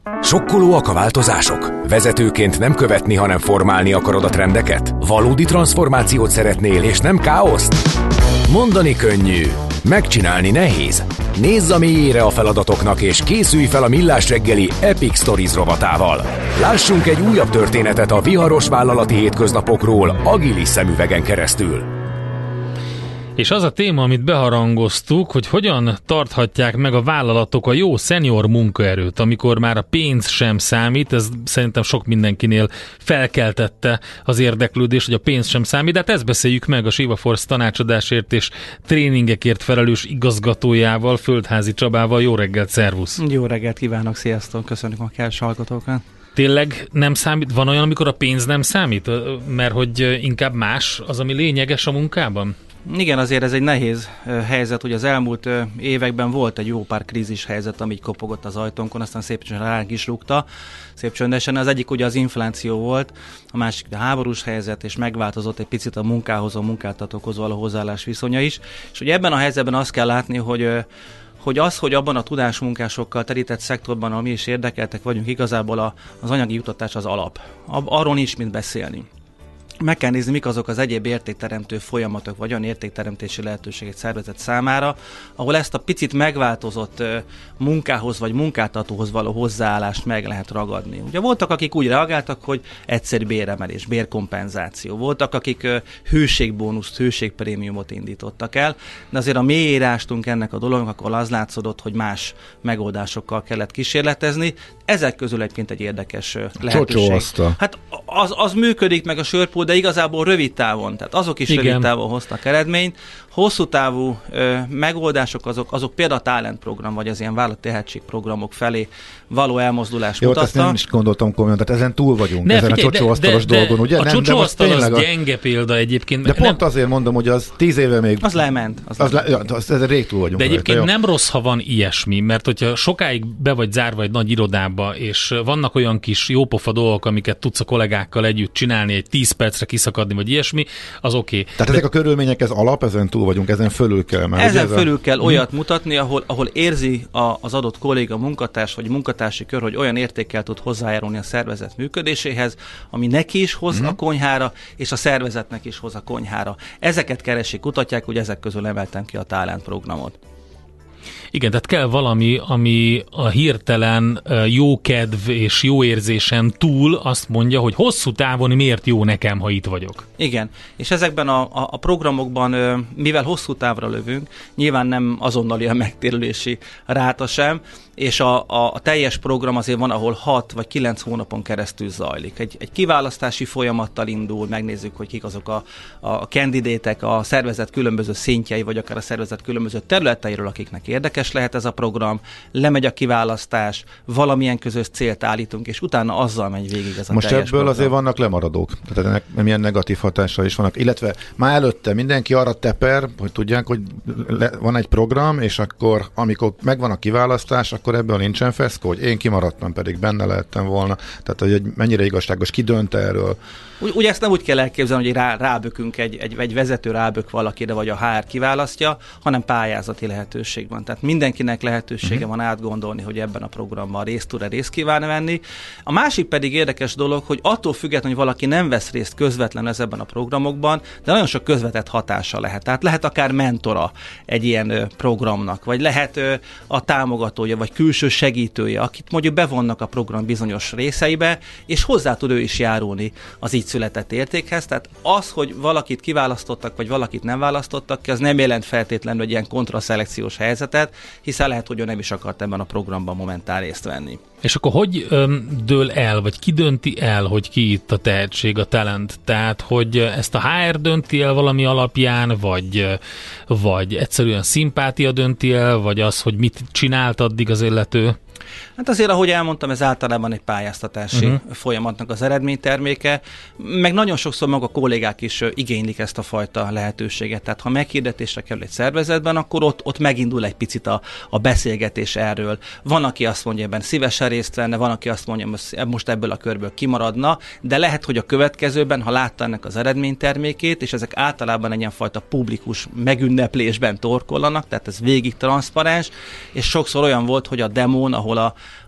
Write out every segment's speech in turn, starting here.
Sokkolóak a változások? Vezetőként nem követni, hanem formálni akarod a trendeket? Valódi transformációt szeretnél, és nem káoszt? Mondani könnyű, megcsinálni nehéz. Nézz a mélyére a feladatoknak, és készülj fel a Millás reggeli Epic Stories rovatával. Lássunk egy újabb történetet a viharos vállalati hétköznapokról agilis szemüvegen keresztül. És az a téma, amit beharangoztuk, hogy hogyan tarthatják meg a vállalatok a jó szenior munkaerőt, amikor már a pénz sem számít, ez szerintem sok mindenkinél felkeltette az érdeklődést, hogy a pénz sem számít, de hát ezt beszéljük meg a Siva Force tanácsadásért és tréningekért felelős igazgatójával, Földházi Csabával. Jó reggelt, szervusz! Jó reggelt kívánok, sziasztok, köszönjük a kedves hallgatókat! Tényleg nem számít? Van olyan, amikor a pénz nem számít? Mert hogy inkább más az, ami lényeges a munkában? Igen, azért ez egy nehéz helyzet, hogy az elmúlt években volt egy jó pár krízis helyzet, ami így kopogott az ajtónkon, aztán szép ránk is rúgta, szép csöndesen. Az egyik ugye az infláció volt, a másik a háborús helyzet, és megváltozott egy picit a munkához, a munkáltatókhoz való hozzáállás viszonya is. És ugye ebben a helyzetben azt kell látni, hogy abban a tudásmunkásokkal terített szektorban, ami is érdekeltek vagyunk, igazából az anyagi juttatás az alap. Arról nincs mit beszélni. Meg kell nézni, mik azok az egyéb értékteremtő folyamatok, vagy olyan értékteremtési lehetőségek szervezet számára, ahol ezt a picit megváltozott munkához, vagy munkáltatóhoz való hozzáállást meg lehet ragadni. Ugye voltak, akik úgy reagáltak, hogy egyszerű béremelés, bérkompenzáció. Voltak, akik hőségbónuszt, hőségprémiumot indítottak el, de azért a mélyírástunk ennek a dolognak, akkor az látszódott, hogy más megoldásokkal kellett kísérletezni. Ezek közül egyébként egy érdekes lehetőség. Hát az működik, meg a sörpó, de igazából rövid távon, tehát azok is rövid távon hoztak eredményt. Hosszú távú megoldások azok például a Talent program, vagy az ilyen vállalati tehetségprogramok felé való elmozdulás mutatta. Jó, ezt nem is gondoltam komolyan, tehát ezen túl vagyunk, ezen a csocsóasztalos dolgon, ugye? A csocsóasztal az gyenge példa egyébként. De pont azért mondom, hogy az 10 éve még... Az lement. Ezen rég túl vagyunk. De egyébként rajta, nem rossz, ha van ilyesmi, mert hogyha sokáig be vagy zárva egy nagy irodába, és vannak olyan kis jópofa dolgok, amiket tudsz a kollégákkal együtt csinálni, egy 10 percre kiszakadni, vagy ilyesmi, az oké. Tehát ezek a körülmények, ez alap, ezen túl vagyunk, ezen fölül kell. Ezen fölül kell olyat mutatni, ahol érzi az adott kolléga, munkatárs vagy munkatársi kör, hogy olyan értékkel tud hozzájárulni a szervezet működéséhez, ami neki is hoz a konyhára, és a szervezetnek is hoz a konyhára. Ezeket keresik, kutatják, hogy ezek közül emeltem ki a Talent programot. Igen, tehát kell valami, ami a hirtelen jó kedv és jó érzésen túl azt mondja, hogy hosszú távon miért jó nekem, ha itt vagyok. Igen, és ezekben a programokban, mivel hosszú távra lövünk, nyilván nem azonnali a megtérülési ráta sem, és a teljes program azért van, ahol 6 vagy 9 hónapon keresztül zajlik. Egy kiválasztási folyamattal indul, megnézzük, hogy kik azok a kandidétek, a szervezet különböző szintjei, vagy akár a szervezet különböző területeiről, akiknek érdekes lehet ez a program, lemegy a kiválasztás, valamilyen közös célt állítunk, és utána azzal megy végig ez a most teljes ebből program. Azért vannak lemaradók, tehát ennek milyen negatív hatása is vannak, illetve már előtte mindenki arra teper, hogy tudják, hogy van egy program, és akkor amikor megvan a kiválasztás, akkor ebből nincsen feszkó, hogy én kimaradtam, pedig benne lehettem volna. Tehát, hogy mennyire igazságos, ki dönt erről. Ugye ezt nem úgy kell elképzelni, hogy rábökünk egy vezető rábök valakire, vagy a HR kiválasztja, hanem pályázati lehetőség van. Tehát mindenkinek lehetősége van átgondolni, hogy ebben a programban részt tud-e részt kíván venni. A másik pedig érdekes dolog, hogy attól függetlenül, hogy valaki nem vesz részt közvetlenül ezekben a programokban, de nagyon sok közvetett hatása lehet. Tehát lehet akár mentora egy ilyen programnak, vagy lehet a támogatója, vagy külső segítője, akit mondjuk bevonnak a program bizonyos részeibe, és hozzá tud ő is járulni az így született értékhez. Tehát az, hogy valakit kiválasztottak, vagy valakit nem választottak ki, az nem jelent feltétlenül egy ilyen kontraszelekciós helyzetet, hiszen lehet, hogy ő nem is akart ebben a programban momentán részt venni. És akkor hogy dől el, vagy ki dönti el, hogy ki itt a tehetség, a talent? Tehát, hogy ezt a HR dönti el valami alapján, vagy egyszerűen szimpátia dönti el, vagy az, hogy mit csinált addig az illető? Hát azért, ahogy elmondtam, ez általában egy pályáztatási folyamatnak az eredményterméke, meg nagyon sokszor maga a kollégák is igénylik ezt a fajta lehetőséget. Tehát ha meghirdetésre kerül egy szervezetben, akkor ott megindul egy picit a beszélgetés erről. Van, aki azt mondja, ebben szívesen részt venne, van, aki azt mondja, most ebből a körből kimaradna, de lehet, hogy a következőben, ha látta ennek az eredménytermékét, és ezek általában egy ilyenfajta publikus megünneplésben torkollanak, tehát ez végig transzparens, és sokszor olyan volt, hogy a demón, ahol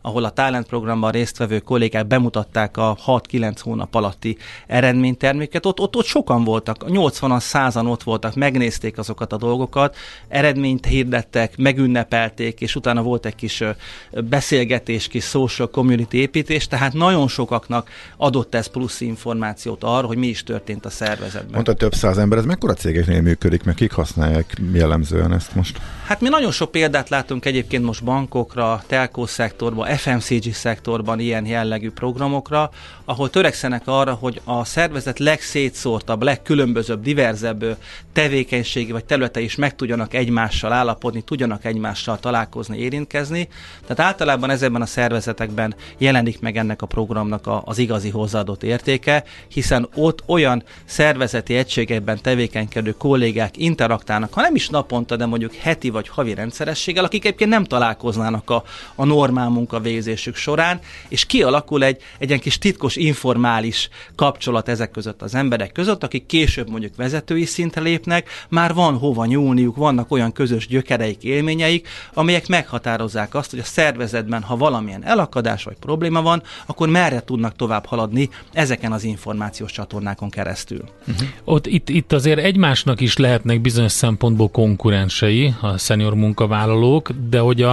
ahol a Talent programban résztvevő kollégák bemutatták a 6-9 hónap alatti eredményterméket. Ott sokan voltak, 80-100-an ott voltak, megnézték azokat a dolgokat, eredményt hirdettek, megünnepelték, és utána volt egy kis beszélgetés, kis social community építés, tehát nagyon sokaknak adott ez plusz információt arra, hogy mi is történt a szervezetben. Mondta, több száz ember, ez mekkora cégeknél működik, meg kik használják jellemzően ezt most? Hát mi nagyon sok példát látunk egyébként most bankokra, telkó szektorban, FMCG szektorban ilyen jellegű programokra, ahol törekszenek arra, hogy a szervezet legszétszórtabb, legkülönbözőbb, diverzebb tevékenységi vagy területe is meg tudjanak egymással állapodni, tudjanak egymással találkozni, érintkezni. Tehát általában ezekben a szervezetekben jelenik meg ennek a programnak az igazi hozzáadott értéke, hiszen ott olyan szervezeti egységekben tevékenykedő kollégák interaktálnak, ha nem is naponta, de mondjuk heti vagy havi rendszerességgel, akik egyébként nem találkoznának a normál munkavégzésük során, és kialakul egy ilyen kis titkos, informális kapcsolat ezek között az emberek között, akik később mondjuk vezetői szintre lépnek, már van hova nyúlniuk, vannak olyan közös gyökereik, élményeik, amelyek meghatározzák azt, hogy a szervezetben, ha valamilyen elakadás vagy probléma van, akkor merre tudnak tovább haladni ezeken az információs csatornákon keresztül. Ott itt azért egymásnak is lehetnek bizonyos szempontból konkurensei a szenior munkavállalók, de hogy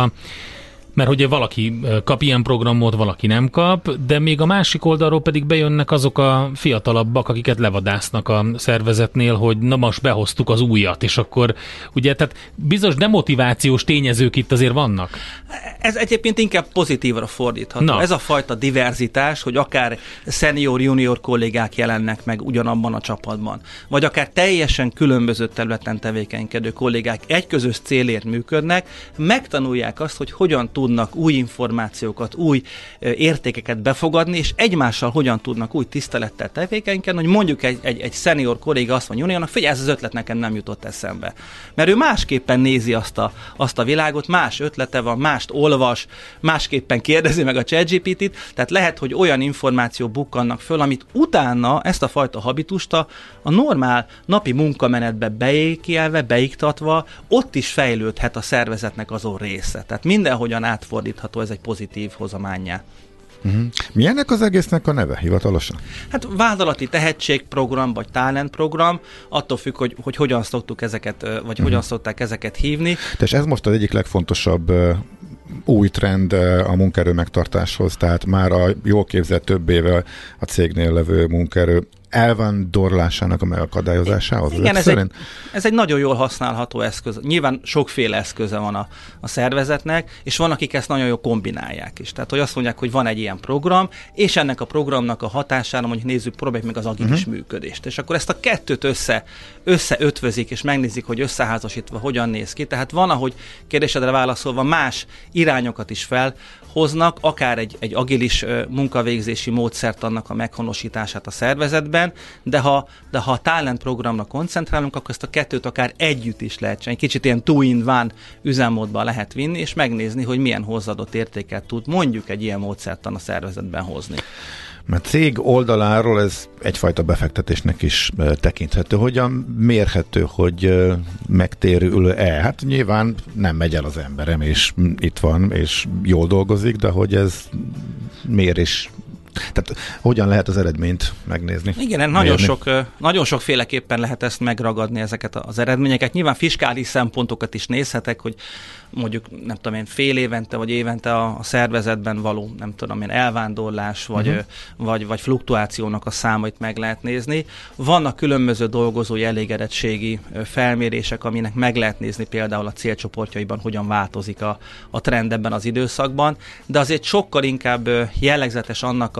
mert ugye valaki kap ilyen programot, valaki nem kap, de még a másik oldalról pedig bejönnek azok a fiatalabbak, akiket levadásznak a szervezetnél, hogy na most behoztuk az újat, és akkor ugye, tehát bizonyos demotivációs tényezők itt azért vannak. Ez egyébként inkább pozitívra fordítható. Na. Ez a fajta diverzitás, hogy akár senior, junior kollégák jelennek meg ugyanabban a csapatban, vagy akár teljesen különböző területen tevékenykedő kollégák egy közös célért működnek, megtanulják azt, hogy hogyan tudnak új információkat, új értékeket befogadni, és egymással hogyan tudnak új tisztelettel tevékenykedni, hogy mondjuk egy senior kolléga azt mondja juniornak, figyelj, ez az ötlet nekem nem jutott eszembe. Mert ő másképpen nézi azt a világot, más ötlete van, mást olvas, másképpen kérdezi meg a ChatGPT-t, tehát lehet, hogy olyan információ bukkannak föl, amit utána ezt a fajta habitust a normál napi munkamenetbe beékelve, beiktatva, ott is fejlődhet a szervezetnek azon része. Tehát mindenhogyan átfordítható ez egy pozitív hozamánnyá. Mi ennek az egésznek a neve hivatalosan? Hát vállalati tehetségprogram, vagy talentprogram, attól függ, hogy hogyan szoktuk ezeket, vagy hogyan szokták ezeket hívni. És ez most az egyik legfontosabb új trend a munkaerő megtartáshoz, tehát már a jól képzett több éve a cégnél levő munkaerő elvándorlásának a megakadályozásához. Igen, ez egy nagyon jól használható eszköz. Nyilván sokféle eszköze van a szervezetnek, és van, akik ezt nagyon jól kombinálják is. Tehát, hogy azt mondják, hogy van egy ilyen program, és ennek a programnak a hatására, mondjuk nézzük, próbáljuk meg az agilis működést. És akkor ezt a kettőt összeötvözik, és megnézik, hogy összeházasítva hogyan néz ki. Tehát van, ahogy kérdésedre válaszolva, más irányokat is felhoznak, akár egy agilis munkavégzési módszert annak a meghonosítását a szervezetben, de ha a talent programra koncentrálunk, akkor ezt a kettőt akár együtt is lehet csinálni. Kicsit ilyen two-in-one üzemmódban lehet vinni, és megnézni, hogy milyen hozzáadott értéket tud mondjuk egy ilyen módszertan a szervezetben hozni. Mert cég oldaláról ez egyfajta befektetésnek is tekinthető. Hogyan mérhető, hogy megtérül-e? Hát nyilván nem megy el az emberem, és itt van, és jól dolgozik, de hogy ez mérés. Tehát hogyan lehet az eredményt megnézni? Igen, nagyon sokféleképpen lehet ezt megragadni, ezeket az eredményeket. Nyilván fiskális szempontokat is nézhetek, hogy mondjuk, nem tudom én, fél évente vagy évente a szervezetben való, nem tudom én, elvándorlás vagy fluktuációnak a számait meg lehet nézni. Vannak különböző dolgozói elégedettségi felmérések, aminek meg lehet nézni például a célcsoportjaiban, hogyan változik a trend ebben az időszakban, de azért sokkal inkább jellegzetes annak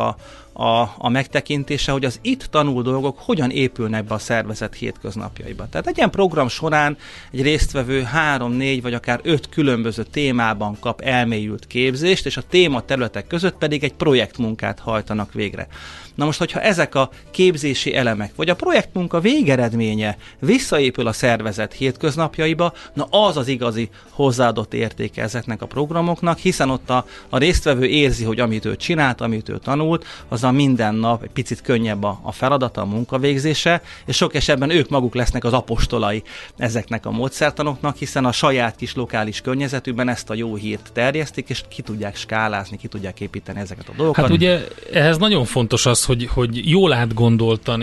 a megtekintése, hogy az itt tanult dolgok hogyan épülnek be a szervezet hétköznapjaiba. Tehát egy ilyen program során egy résztvevő 3-4 vagy akár 5 különböző témában kap elmélyült képzést, és a téma területek között pedig egy projektmunkát hajtanak végre. Na most, hogyha ezek a képzési elemek, vagy a projektmunka végeredménye visszaépül a szervezet hétköznapjaiba, na az az igazi hozzáadott értéke ezeknek a programoknak, hiszen ott a résztvevő érzi, hogy amit ő csinált, amit ő tanult, az a minden nap egy picit könnyebb a feladata, a munkavégzése, és sok esetben ők maguk lesznek az apostolai ezeknek a módszertanoknak, hiszen a saját kis lokális környezetükben ezt a jó hírt terjesztik, és ki tudják skálázni, ki tudják építeni ezeket a dolgokat. Hát ugye ehhez nagyon fontos az, hogy jól átgondoltan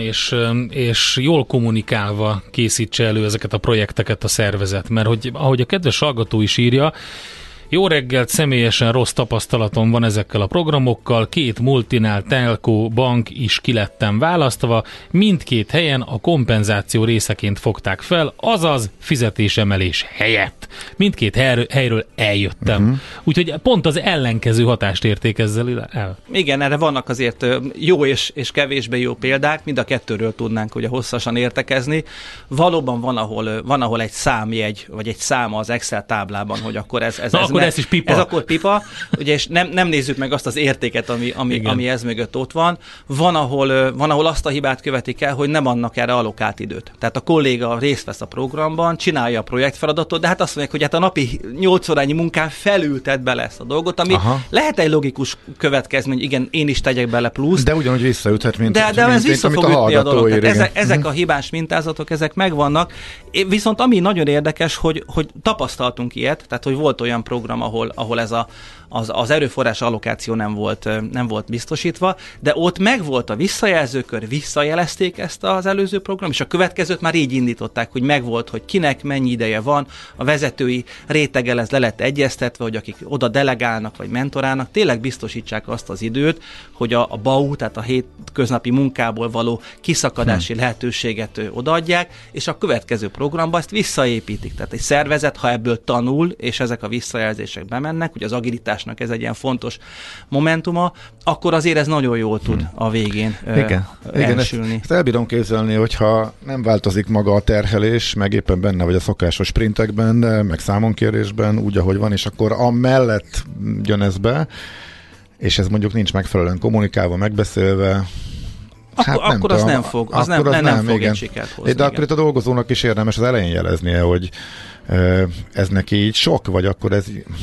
és jól kommunikálva készítse elő ezeket a projekteket a szervezet, mert hogy ahogy a kedves hallgató is írja, jó reggelt, személyesen rossz tapasztalatom van ezekkel a programokkal, 2 multinál telco bank is ki lettem választva, mindkét helyen a kompenzáció részeként fogták fel, azaz fizetésemelés helyett. Mindkét helyről eljöttem. Úgyhogy pont az ellenkező hatást érték ezzel el. Igen, erre vannak azért jó és kevésbé jó példák, mind a kettőről tudnánk ugye hosszasan értekezni. Valóban van, ahol egy számjegy, vagy egy száma az Excel táblában, hogy akkor ez ez is pipa. Ez akkor pipa, ugye, és nem nézzük meg azt az értéket, ami ez mögött ott van. Van, ahol azt a hibát követik el, hogy nem adnak erre alokált időt. Tehát a kolléga részt vesz a programban, csinálja a projektfeladatot, de hát azt mondják, hogy hát a napi 8 órányi munkán felül tett bele ezt a dolgot, ami lehet egy logikus következmény, igen, én is tegyek bele plusz. De ugyanúgy visszaüthet, mint ez vissza fog ütni a dolog. Ezek a hibás mintázatok, ezek megvannak. Viszont ami nagyon érdekes, hogy tapasztaltunk ilyet, tehát hogy volt olyan program, ahol ez az erőforrás allokáció nem volt biztosítva, de ott megvolt a visszajelzőkör, visszajelezték ezt az előző program, és a következőt már így indították, hogy megvolt, hogy kinek mennyi ideje van, a vezetői réteggel ez le lett egyeztetve, hogy akik oda delegálnak, vagy mentorálnak, tényleg biztosítsák azt az időt, hogy a BAU, tehát a hétköznapi munkából való kiszakadási lehetőséget odaadják, és a következő programba ezt visszaépítik. Tehát egy szervezet, ha ebből tanul, és ezek a visszajelzések bemennek, ugye az agilitásnak ez egy ilyen fontos momentuma, akkor azért ez nagyon jól tud a végén elsülni. Ezt elbírom képzelni, hogyha nem változik maga a terhelés, meg éppen benne vagy a szokásos sprintekben, meg számonkérésben, úgy, ahogy van, és akkor amellett jön ez be, és ez mondjuk nincs megfelelően kommunikálva, megbeszélve, akkor az nem fog egy sikert hozni. De akkor itt a dolgozónak is érdemes az elején jeleznie, hogy ez neki így sok, vagy akkor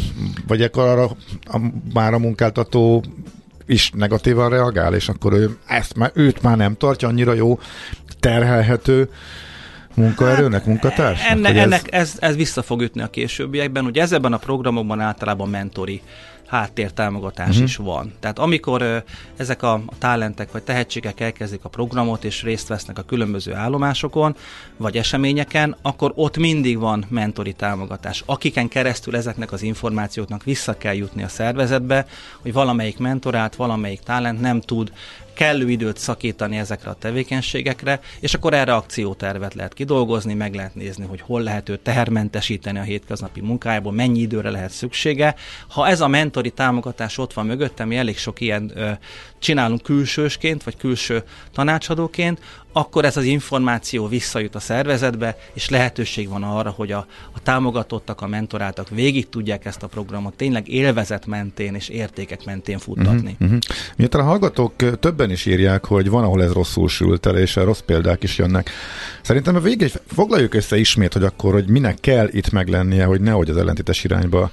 arra már a munkáltató is negatívan reagál, és akkor őt már nem tartja annyira jó, terhelhető munkaerőnek, munkatársnak? Ez vissza fog ütni a későbbiekben. Ugye ezekben a programokban általában mentori háttértámogatás is van. Tehát amikor ezek a talentek vagy tehetségek elkezdik a programot és részt vesznek a különböző állomásokon vagy eseményeken, akkor ott mindig van mentori támogatás. Akiken keresztül ezeknek az információknak vissza kell jutni a szervezetbe, hogy valamelyik mentorát, valamelyik talent nem tud kellő időt szakítani ezekre a tevékenységekre, és akkor erre akciótervet lehet kidolgozni, meg lehet nézni, hogy hol lehet őt tehermentesíteni a hétköznapi munkájából, mennyi időre lehet szüksége. Ha ez a mentori támogatás ott van mögöttem, mi elég sok ilyen csinálunk külsősként, vagy külső tanácsadóként, akkor ez az információ visszajut a szervezetbe, és lehetőség van arra, hogy a támogatottak, a mentoráltak végig tudják ezt a programot tényleg élvezet mentén és értékek mentén futtatni. Miután a hallgatók többen is írják, hogy van, ahol ez rosszul sült el, és rossz példák is jönnek. Szerintem a végig foglaljuk össze ismét, hogy minek kell itt meglennie, hogy nehogy az ellentétes irányba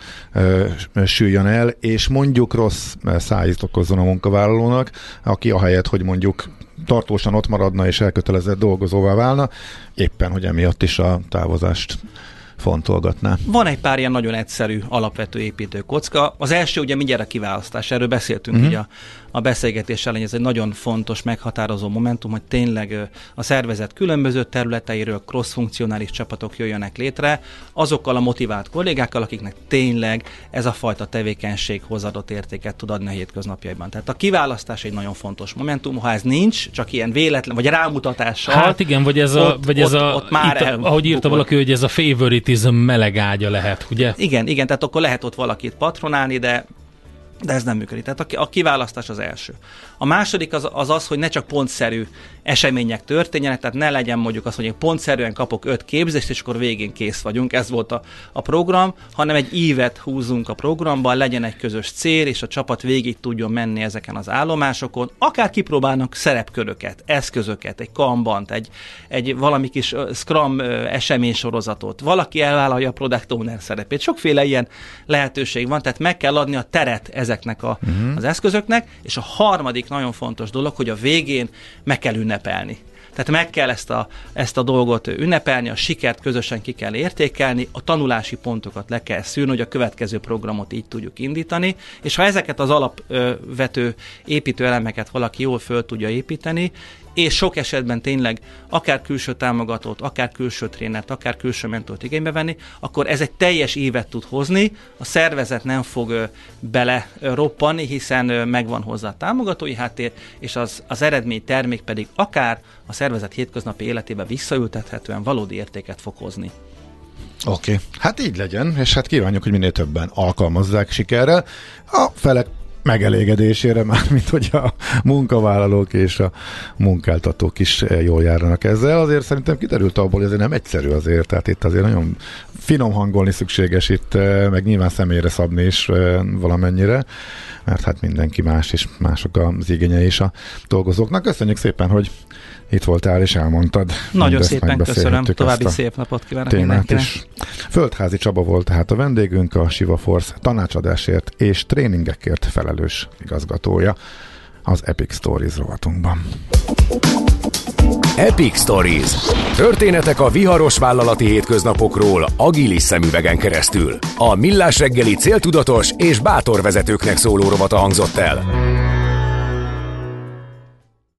süljön el, és mondjuk rossz szájízt okozzon a munkavállalónak, aki ahelyett, hogy mondjuk tartósan ott maradna és elkötelezett dolgozóvá válna, éppen, hogy emiatt is a távozást fontolgatná. Van egy pár ilyen nagyon egyszerű, alapvető építőkocka. Az első ugye mindjárt a kiválasztás, erről beszéltünk ugye a beszélgetés elején, ez egy nagyon fontos, meghatározó momentum, hogy tényleg a szervezet különböző területeiről cross-funkcionális csapatok jöjjönek létre, azokkal a motivált kollégákkal, akiknek tényleg ez a fajta tevékenység hozzáadott értéket tud adni a hétköznapjaiban. Tehát a kiválasztás egy nagyon fontos momentum, ha ez nincs, csak ilyen véletlen, vagy rámutatással. Hát igen, ahogy írta valaki, hogy ez a favoritism meleg ágya lehet, ugye? Igen, tehát akkor lehet ott valakit patronálni, de ez nem működik. Tehát a kiválasztás az első. A második az, hogy ne csak pontszerű események történjenek, tehát ne legyen mondjuk az, hogy én pontszerűen kapok 5 képzést, és akkor végén kész vagyunk. Ez volt a program, hanem egy ívet húzunk a programban, legyen egy közös cél, és a csapat végig tudjon menni ezeken az állomásokon. Akár kipróbálnak szerepköröket, eszközöket, egy kanbant, egy valami kis Scrum eseménysorozatot, valaki elvállalja a product owner szerepét. Sokféle ilyen lehetőség van, tehát meg kell adni a teret ezeknek az eszközöknek, és a harmadik nagyon fontos dolog, hogy a végén meg kell ünnepelni. Tehát meg kell ezt a dolgot ünnepelni, a sikert közösen ki kell értékelni, a tanulási pontokat le kell szűrni, hogy a következő programot így tudjuk indítani, és ha ezeket az alapvető építőelemeket valaki jól föl tudja építeni, és sok esetben tényleg akár külső támogatót, akár külső trénert, akár külső mentort igénybe venni, akkor ez egy teljes évet tud hozni, a szervezet nem fog bele roppanni, hiszen megvan hozzá a támogatói háttér, és az eredmény termék pedig akár a szervezet hétköznapi életébe visszaültethetően valódi értéket fog hozni. Oké, hát így legyen, és hát kívánjuk, hogy minél többen alkalmazzák sikerrel. A felek megelégedésére már, mint hogy a munkavállalók és a munkáltatók is jól járnak ezzel. Azért szerintem kiderült abból, hogy ez nem egyszerű azért, tehát itt azért nagyon finom hangolni szükséges itt, meg nyilván személyre szabni is valamennyire, mert hát mindenki más, és mások az igényei is a dolgozóknak. Köszönjük szépen, hogy itt voltál és elmondtad. Nagyon szépen köszönöm, további szép napot kívánok mindenkinek. Is. Földházi Csaba volt tehát a vendégünk, a Siva Force tanácsadásért és tréningekért felelős igazgatója az Epic Stories rovatunkban. Epic Stories. Történetek a viharos vállalati hétköznapokról agilis szemüvegen keresztül. A Millás reggeli céltudatos és bátor vezetőknek szóló rovata hangzott el.